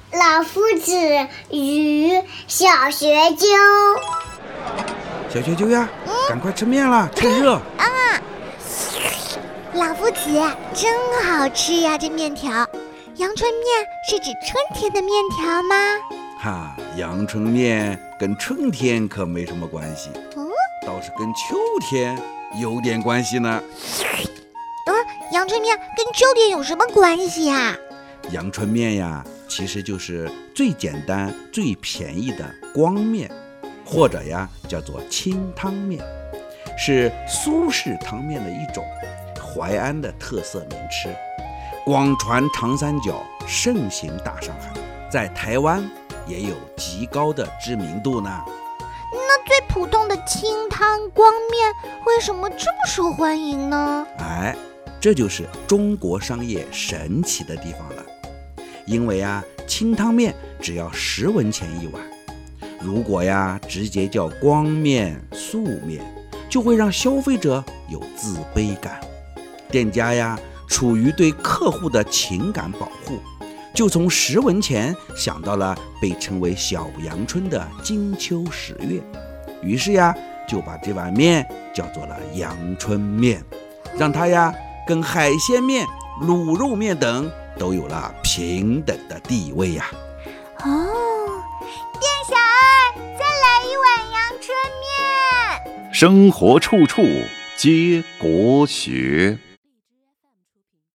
老夫子与小学究。 小学究呀，赶快吃面了，趁热。 老夫子，真好吃呀，这面条。阳春面是指春天的面条吗？ 哈，阳春面跟春天可没什么关系，倒是跟秋天有点关系呢。 阳春面跟秋天有什么关系呀？ 阳春面呀，其实就是最简单、最便宜的光面，或者呀叫做清汤面，是苏式汤面的一种，淮安的特色名吃，广传长三角，盛行大上海，在台湾也有极高的知名度呢。 那最普通的清汤光面为什么这么受欢迎呢？ 这就是中国商业神奇的地方了。因为清汤面只要10文钱一碗，如果直接叫光面、素面，就会让消费者有自卑感。店家出于对客户的情感保护，就从10文钱想到了被称为小阳春的金秋10月，于是就把这碗面叫做了阳春面，让它跟海鲜面、卤肉面等都有了平等的地位呀。 店小二，再来一碗阳春面。 生活处处皆国学。